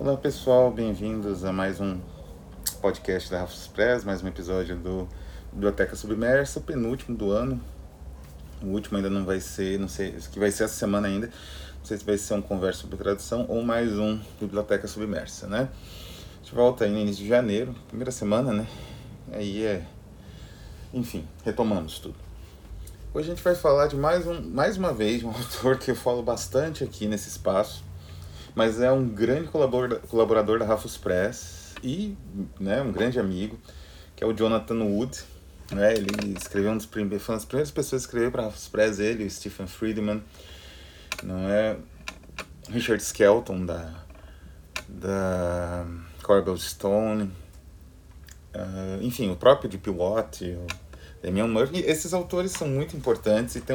Olá pessoal, bem-vindos a mais um podcast da Rafus Press, mais um episódio do Biblioteca Submersa, o penúltimo do ano. O último ainda não vai ser, não sei, que vai ser essa semana ainda, não sei se vai ser um conversa sobre tradução ou mais um Biblioteca Submersa, né? A gente volta aí no início de janeiro, primeira semana, né? Enfim, retomamos tudo. Hoje a gente vai falar de mais uma vez, um autor que eu falo bastante aqui nesse espaço, mas é um grande colaborador da Rafus Press e, né, um grande amigo, que é o Jonathan Wood. Né? Ele escreveu foi uma das primeiras pessoas que escreveu para a Rafus Press, ele, o Stephen Friedman, não é? Richard Skelton da Corbel Stone, enfim, o próprio D.P. Watt, o Damian Murphy. Esses autores são muito importantes e têm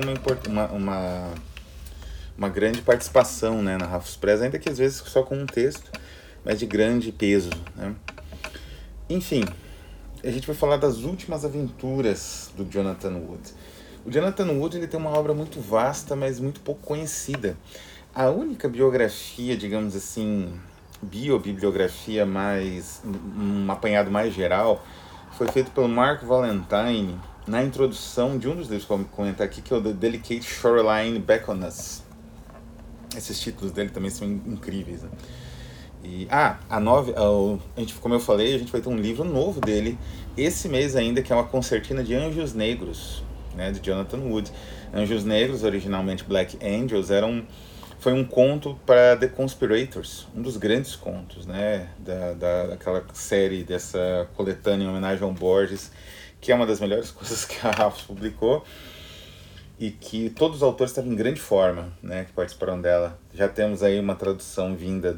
uma grande participação, né, na Rafus Press, ainda que às vezes só com um texto, mas de grande peso, né? Enfim, a gente vai falar das últimas aventuras do Jonathan Wood. O Jonathan Wood ele tem uma obra muito vasta, mas muito pouco conhecida. A única biografia, digamos assim, biobibliografia mais, um apanhado mais geral, foi feito pelo Mark Valentine na introdução de um dos livros que eu vou comentar aqui, que é o The Delicate Shoreline Beckoners. Esses títulos dele também são incríveis, né? E, como eu falei, a gente vai ter um livro novo dele esse mês ainda, que é uma concertina de Anjos Negros, né, de Jonathan Wood. Anjos Negros, originalmente Black Angels, foi um conto para The Conspirators, um dos grandes contos, né, daquela série, dessa coletânea em homenagem ao Borges, que é uma das melhores coisas que a Rafus publicou, e que todos os autores estavam em grande forma, né, que participaram dela. Já temos aí uma tradução vinda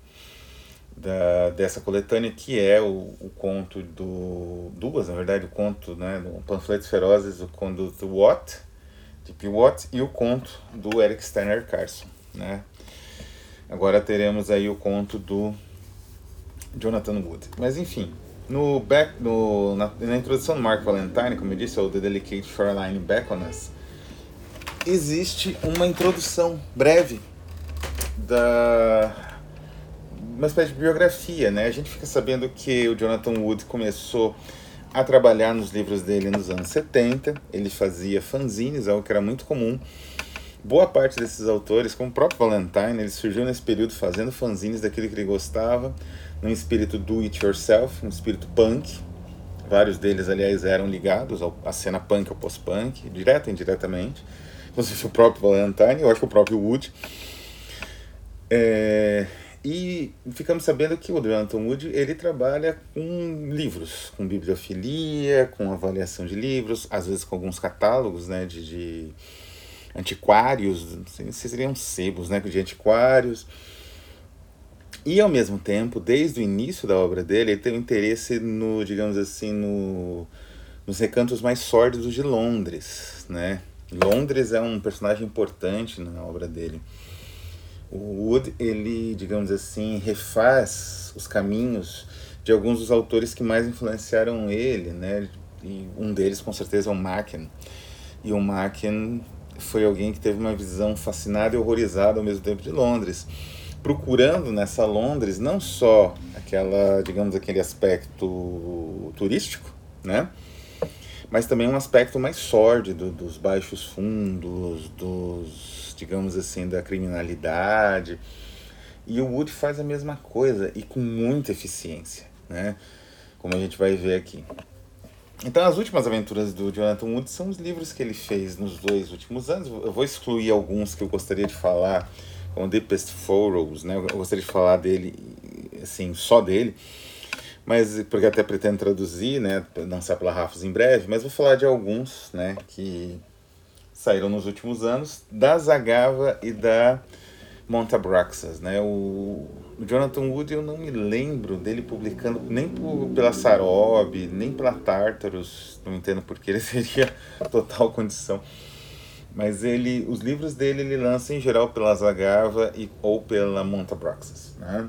dessa coletânea, que é o conto duas, na verdade, o conto, né, do Panfletos Ferozes, o conto do Watt, de P. Watt, e o conto do Eric Steiner Carson, né. Agora teremos aí o conto do Jonathan Wood. Mas enfim, na introdução do Mark Valentine, como eu disse, o The Delicate Shoreline Beckoners, existe uma introdução breve uma espécie de biografia, né? A gente fica sabendo que o Jonathan Wood começou a trabalhar nos livros dele nos anos 70, ele fazia fanzines, algo que era muito comum. Boa parte desses autores, como o próprio Valentine, ele surgiu nesse período fazendo fanzines daquilo que ele gostava, num espírito do it yourself, um espírito punk. Vários deles, aliás, eram ligados à cena punk ou post-punk, direta e indiretamente. Inclusive o próprio Valentine, eu acho que o próprio Wood. E ficamos sabendo que o Jonathan Wood ele trabalha com livros, com bibliofilia, com avaliação de livros, às vezes com alguns catálogos, né, de antiquários, não sei se seriam sebos, né, de antiquários. E ao mesmo tempo, desde o início da obra dele, ele tem um interesse digamos assim, nos recantos mais sórdidos de Londres, né? Londres é um personagem importante na obra dele. O Wood, ele, digamos assim, refaz os caminhos de alguns dos autores que mais influenciaram ele, né? E um deles, com certeza, é o Machen. E o Machen foi alguém que teve uma visão fascinada e horrorizada ao mesmo tempo de Londres, procurando nessa Londres não só aquele aspecto turístico, né? Mas também um aspecto mais sórdido dos baixos fundos, digamos assim, da criminalidade. E o Wood faz a mesma coisa e com muita eficiência, né? Como a gente vai ver aqui. Então, as últimas aventuras do Jonathan Wood são os livros que ele fez nos 2 últimos anos. Eu vou excluir alguns que eu gostaria de falar, como Deepest Furrows, né? Eu gostaria de falar dele, assim, só dele, mas porque até pretendo traduzir, né, lançar pela Rafus em breve, mas vou falar de alguns, né, que saíram nos últimos anos, da Zagava e da Montabraxas, né. O Jonathan Wood, eu não me lembro dele publicando nem pela Sarob, nem pela Tartarus, não entendo porque ele seria total condição, mas os livros dele ele lança em geral pela Zagava ou pela Montabraxas, né.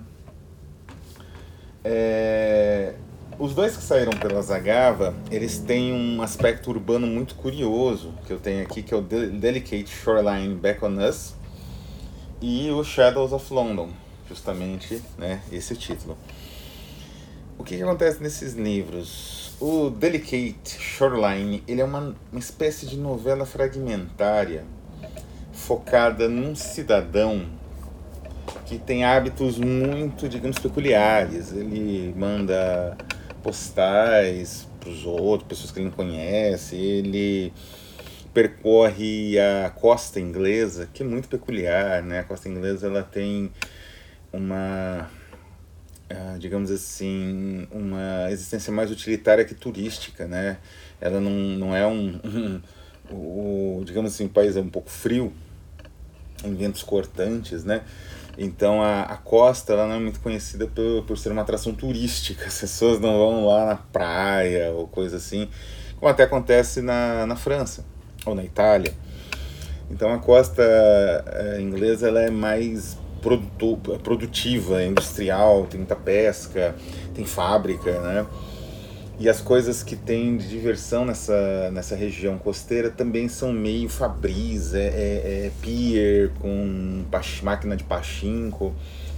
Os dois que saíram pela Zagava, eles têm um aspecto urbano muito curioso, que eu tenho aqui, que é o Delicate Shoreline Beckoners e o Shadows of London, justamente, né, esse é o título. O que acontece nesses livros? O Delicate Shoreline, ele é uma espécie de novela fragmentária focada num cidadão que tem hábitos muito, digamos, peculiares. Ele manda postais para os outros, pessoas que ele não conhece, ele percorre a costa inglesa, que é muito peculiar, né? A costa inglesa, ela tem uma, digamos assim, uma existência mais utilitária que turística, né? Ela não é digamos assim, o país é um pouco frio, em ventos cortantes, né? Então a costa, ela não é muito conhecida por ser uma atração turística. As pessoas não vão lá na praia ou coisa assim, como até acontece na França ou na Itália. Então a costa inglesa, ela é mais produtiva, industrial, tem muita pesca, tem fábrica, né? E as coisas que tem de diversão nessa região costeira também são meio fabris, pier com máquina de pachinko,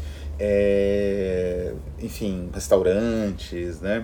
enfim, restaurantes, né?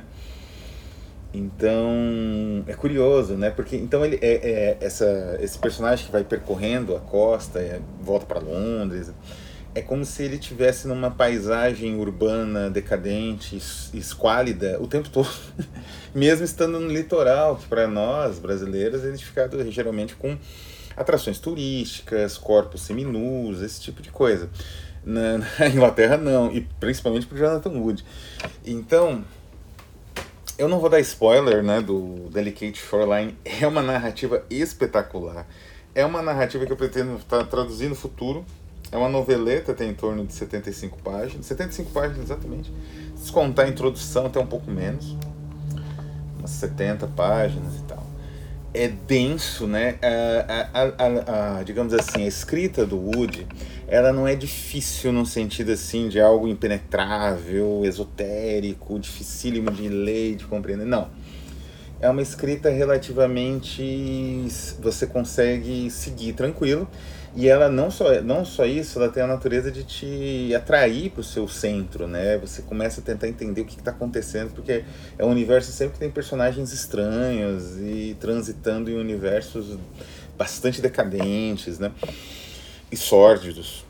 Então é curioso, né? Porque então esse personagem que vai percorrendo a costa, volta para Londres, é como se ele estivesse numa paisagem urbana decadente, esquálida o tempo todo, mesmo estando no litoral, que para nós brasileiros é identificado geralmente com atrações turísticas, corpos seminus, esse tipo de coisa. Na Inglaterra não, e principalmente para Jonathan Wood. Então, eu não vou dar spoiler, né, do Delicate Shoreline. É uma narrativa espetacular. É uma narrativa que eu pretendo traduzir no futuro. É uma noveleta, tem em torno de 75 páginas. 75 páginas exatamente. Se descontar a introdução, até um pouco menos. Umas 70 páginas e tal. É denso, né? Digamos assim, a escrita do Wood, ela não é difícil no sentido assim de algo impenetrável, esotérico, dificílimo de ler e de compreender. Não. É uma escrita relativamente... você consegue seguir tranquilo. E ela não só isso, ela tem a natureza de te atrair para o seu centro, né? Você começa a tentar entender o que está acontecendo, porque é um universo sempre que tem personagens estranhos e transitando em universos bastante decadentes, né? E sórdidos.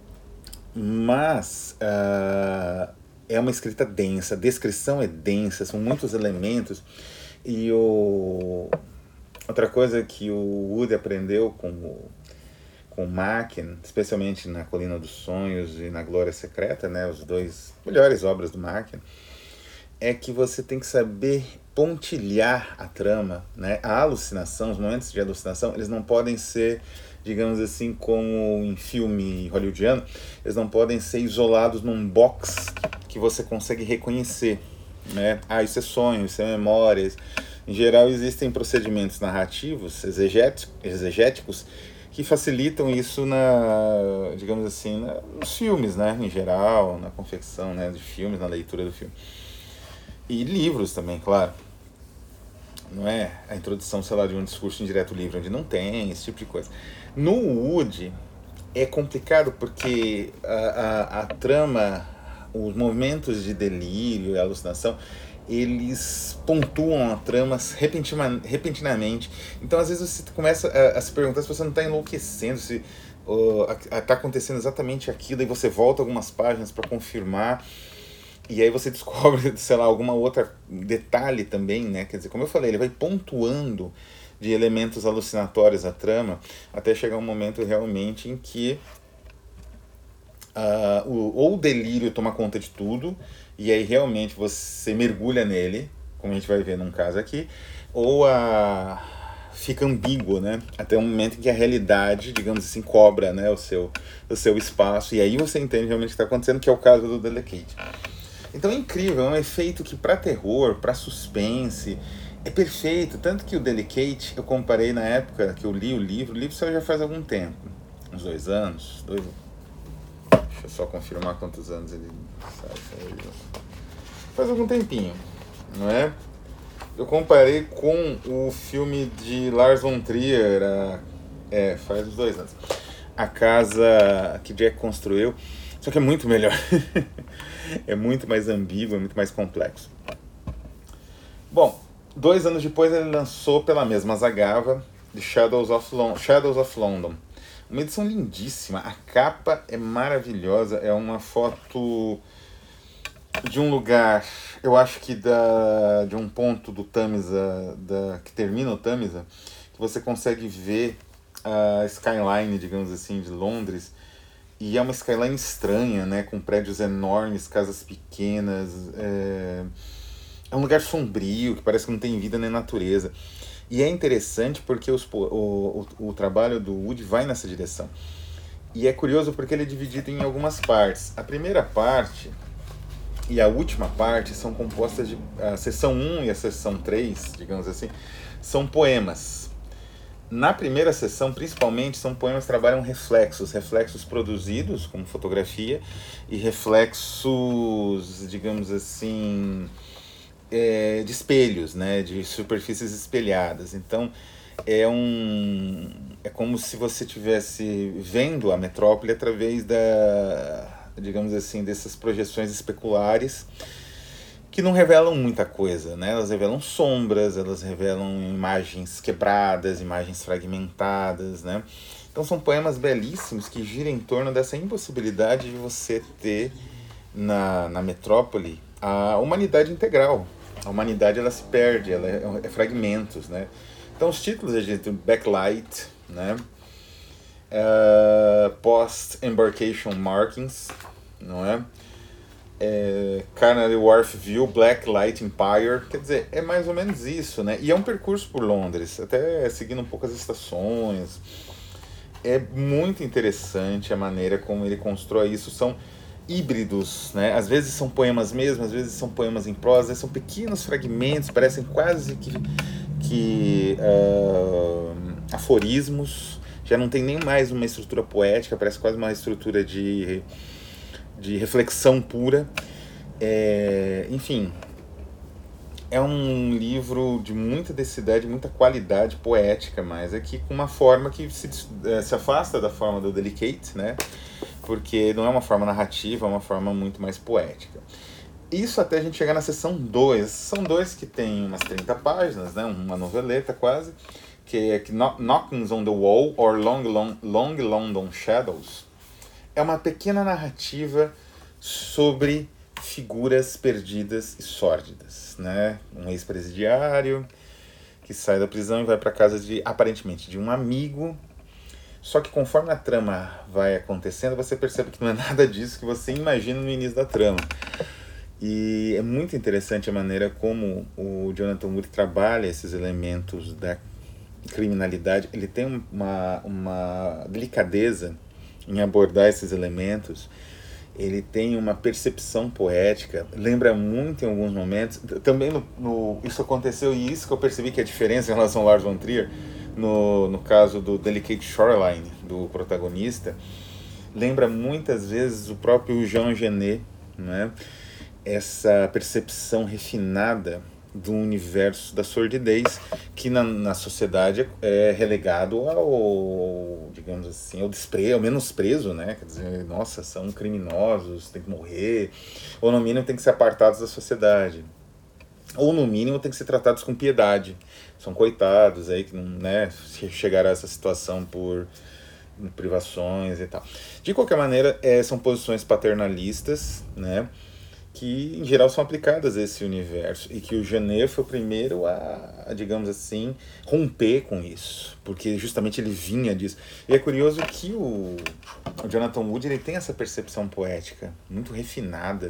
Mas é uma escrita densa, a descrição é densa, são muitos elementos. E outra coisa que o Wood aprendeu com o Machen, especialmente na Colina dos Sonhos e na Glória Secreta, né, os dois melhores obras do Machen, é que você tem que saber pontilhar a trama, né? A alucinação, os momentos de alucinação, eles não podem ser, digamos assim, como em filme hollywoodiano, eles não podem ser isolados num box que você consegue reconhecer, né? Isso é sonho, isso é memória. Em geral, existem procedimentos narrativos, exegéticos, que facilitam isso digamos assim, nos filmes, né, em geral, na confecção, né, de filmes, na leitura do filme. E livros também, claro. Não é a introdução, sei lá, de um discurso indireto livre, onde não tem esse tipo de coisa. No Wood é complicado porque a trama, os momentos de delírio e alucinação, eles pontuam a trama repentinamente. Então, às vezes, você começa a se perguntar se você não está enlouquecendo, se está acontecendo exatamente aquilo, e você volta algumas páginas para confirmar, e aí você descobre, sei lá, alguma outra detalhe também, né? Quer dizer, como eu falei, ele vai pontuando de elementos alucinatórios a trama, até chegar um momento realmente em que ou o delírio toma conta de tudo, e aí realmente você mergulha nele, como a gente vai ver num caso aqui, ou fica ambíguo, né? Até o momento em que a realidade, digamos assim, cobra, né, o seu espaço, e aí você entende realmente o que está acontecendo, que é o caso do Delicate. Então é incrível, é um efeito que para terror, para suspense, é perfeito. Tanto que o Delicate, eu comparei na época que eu li o livro saiu já faz algum tempo, uns 2 anos, deixa eu só confirmar quantos anos ele sai. Faz algum tempinho, não é? Eu comparei com o filme de Lars von Trier, faz uns 2 anos. A Casa que Jack Construiu, Só que é muito melhor. É muito mais ambíguo, é muito mais complexo. Bom, 2 anos depois ele lançou pela mesma Zagava The Shadows of London. Uma edição lindíssima, a capa é maravilhosa, é uma foto de um lugar, eu acho que de um ponto do Tamisa, que termina o Tamisa, que você consegue ver a skyline, digamos assim, de Londres, e é uma skyline estranha, né, com prédios enormes, casas pequenas, é um lugar sombrio, que parece que não tem vida nem natureza. E é interessante porque o trabalho do Wood vai nessa direção. E é curioso porque ele é dividido em algumas partes. A primeira parte e a última parte são compostas de... A seção 1 e a seção 3, digamos assim, são poemas. Na primeira seção, principalmente, são poemas que trabalham reflexos produzidos como fotografia e reflexos, digamos assim, de espelhos, né, de superfícies espelhadas. Então é como se você estivesse vendo a metrópole através digamos assim, dessas projeções especulares que não revelam muita coisa, né? Elas revelam sombras, elas revelam imagens quebradas, imagens fragmentadas, né? Então são poemas belíssimos que giram em torno dessa impossibilidade de você ter na metrópole a humanidade integral. A humanidade, ela se perde, ela é fragmentos, né? Então os títulos a gente tem Backlight, né? Post-Embarkation Markings, não é? Canary Wharf View, Black Light Empire, quer dizer, é mais ou menos isso, né? E é um percurso por Londres, até seguindo um pouco as estações. É muito interessante a maneira como ele constrói isso. São híbridos, né? Às vezes são poemas mesmo, às vezes são poemas em prosa, são pequenos fragmentos, parecem quase que aforismos. Já não tem nem mais uma estrutura poética, parece quase uma estrutura de reflexão pura. Enfim, é um livro de muita densidade, muita qualidade poética, mas aqui com uma forma que se afasta da forma do Delicate, né? Porque não é uma forma narrativa, é uma forma muito mais poética. Isso até a gente chegar na seção 2. São 2 que tem umas 30 páginas, né? Uma noveleta quase, que é Knockings on the Wall or Long London Shadows. É uma pequena narrativa sobre figuras perdidas e sórdidas, né? Um ex-presidiário que sai da prisão e vai para casa aparentemente de um amigo. Só que conforme a trama vai acontecendo, você percebe que não é nada disso que você imagina no início da trama. E é muito interessante a maneira como o Jonathan Wood trabalha esses elementos da criminalidade. Ele tem uma delicadeza em abordar esses elementos. Ele tem uma percepção poética, lembra muito em alguns momentos. Também isso aconteceu, e isso que eu percebi que é a diferença em relação ao Lars von Trier, no caso do Delicate Shoreline, do protagonista, lembra muitas vezes o próprio Jean Genet, né? Essa percepção refinada do universo da sordidez, que na sociedade é relegado ao, digamos assim, ao desprezo, ao menosprezo, né? Quer dizer, nossa, são criminosos, tem que morrer, ou no mínimo tem que ser apartados da sociedade, ou no mínimo tem que ser tratados com piedade. São coitados aí que não, né, chegaram a essa situação por privações e tal. De qualquer maneira, são posições paternalistas, né? Que em geral são aplicadas a esse universo, e que o Genet foi o primeiro a, digamos assim, romper com isso, porque justamente ele vinha disso. E é curioso que o Jonathan Wood, ele tem essa percepção poética muito refinada,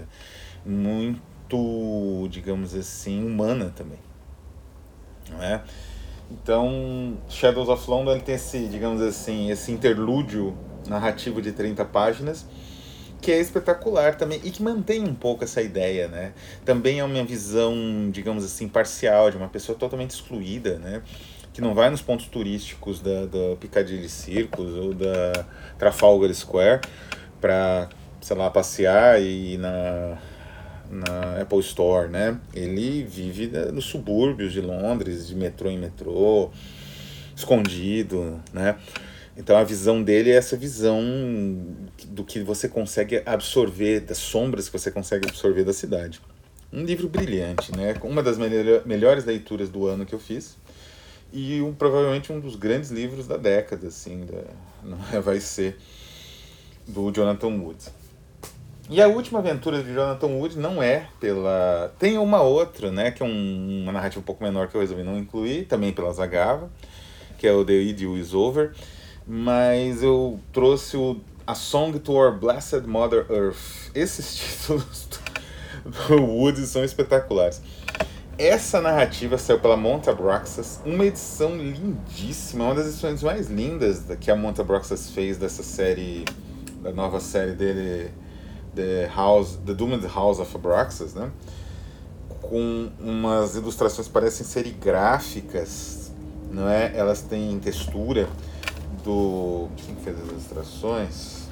muito, digamos assim, humana também, não é? Então, Shadows of London, ele tem esse, digamos assim, esse interlúdio narrativo de 30 páginas, que é espetacular também, e que mantém um pouco essa ideia, né? Também é uma visão, digamos assim, parcial, de uma pessoa totalmente excluída, né? Que não vai nos pontos turísticos da Piccadilly Circus ou da Trafalgar Square para, sei lá, passear e ir na Apple Store, né? Ele vive nos subúrbios de Londres, de metrô em metrô, escondido, né? Então a visão dele é essa visão do que você consegue absorver, das sombras que você consegue absorver da cidade. Um livro brilhante, né? Uma das melhores leituras do ano que eu fiz. E provavelmente um dos grandes livros da década, assim, vai ser do Jonathan Wood. E a última aventura de Jonathan Wood não é pela... Tem uma outra, né, que é uma narrativa um pouco menor que eu resolvi não incluir, também pela Zagava, que é o The Idyll Is Over, mas eu trouxe A Song to Our Blessed Mother Earth. Esses títulos do Wood são espetaculares. Essa narrativa saiu pela Montabraxas, uma edição lindíssima, uma das edições mais lindas que a Montabraxas fez dessa série, da nova série dele, The Doomed House of Abraxas, né? Com umas ilustrações que parecem serigráficas, não é? Elas têm textura do... Quem fez as ilustrações?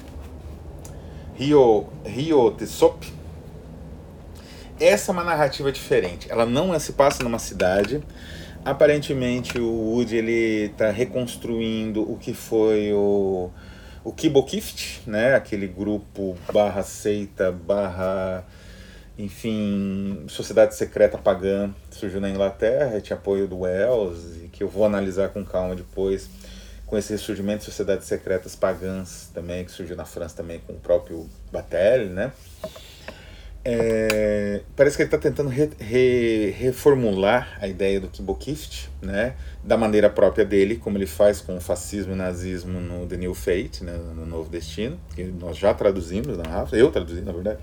Rio Tessop. Essa é uma narrativa diferente. Ela não se passa numa cidade. Aparentemente o Wood ele está reconstruindo o que foi o Kibokift, né? Aquele grupo barra seita, barra, enfim, sociedade secreta pagã que surgiu na Inglaterra, tinha apoio do Wells, e que eu vou analisar com calma depois, com esse ressurgimento de sociedades secretas pagãs também, que surgiu na França também com o próprio Bataille, né? Parece que ele está tentando reformular a ideia do Kibokift, né, da maneira própria dele, como ele faz com o fascismo e o nazismo no The New Fate, né, no Novo Destino, que nós já traduzimos na Rafa, eu traduzi na verdade.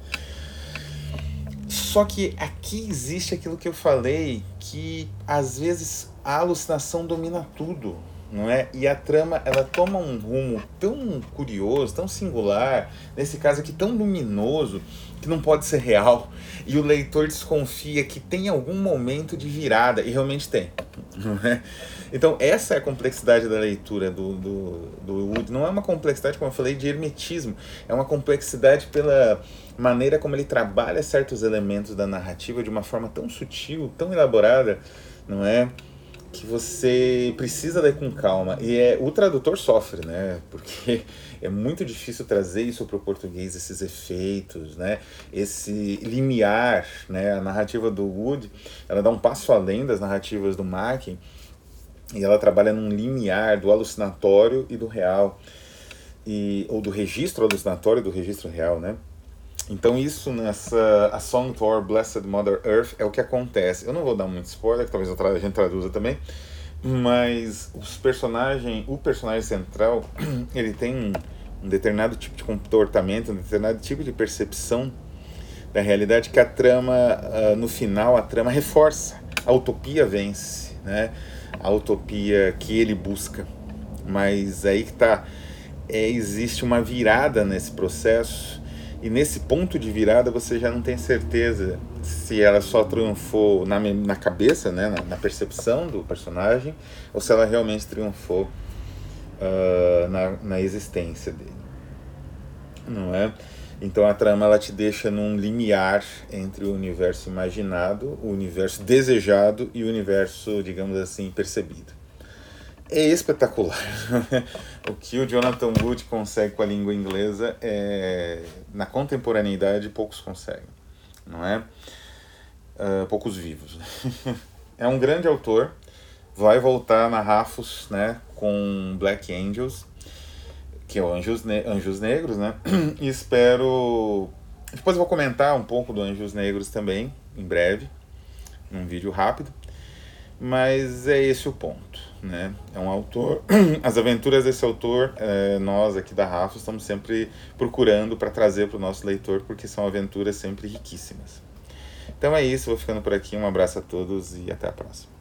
Só que aqui existe aquilo que eu falei, que às vezes a alucinação domina tudo, não é? E a trama, ela toma um rumo tão curioso, tão singular, nesse caso aqui tão luminoso, que não pode ser real, e o leitor desconfia que tem algum momento de virada, e realmente tem, não é? Então essa é a complexidade da leitura do Wood. Não é uma complexidade, como eu falei, de hermetismo, é uma complexidade pela maneira como ele trabalha certos elementos da narrativa de uma forma tão sutil, tão elaborada, não é? Que você precisa ler com calma. E o tradutor sofre, né? Porque é muito difícil trazer isso para o português, esses efeitos, né? Esse limiar, né? A narrativa do Wood, ela dá um passo além das narrativas do Mackie, e ela trabalha num limiar do alucinatório e do real, ou do registro alucinatório e do registro real, né? Então isso nessa A Song to Our Blessed Mother Earth é o que acontece. Eu não vou dar muito spoiler, que talvez a gente traduza também, mas o personagem central, ele tem um determinado tipo de comportamento, um determinado tipo de percepção da realidade que a trama, no final, a trama reforça. A utopia vence, né? A utopia que ele busca. Mas aí que tá, existe uma virada nesse processo. E nesse ponto de virada você já não tem certeza se ela só triunfou na cabeça, né, percepção do personagem, ou se ela realmente triunfou na existência dele, não é? Então a trama ela te deixa num limiar entre o universo imaginado, o universo desejado e o universo, digamos assim, percebido. É espetacular. O que o Jonathan Wood consegue com a língua inglesa, na contemporaneidade poucos conseguem, não é? Poucos vivos. É um grande autor, vai voltar na Rafus, né, com Black Angels, que é o Anjos Negros, né? E espero... Depois eu vou comentar um pouco do Anjos Negros também, em breve, num vídeo rápido. Mas é esse o ponto, né? É um autor... As aventuras desse autor, nós aqui da Rafa estamos sempre procurando para trazer para o nosso leitor, porque são aventuras sempre riquíssimas. Então é isso, vou ficando por aqui. Um abraço a todos e até a próxima.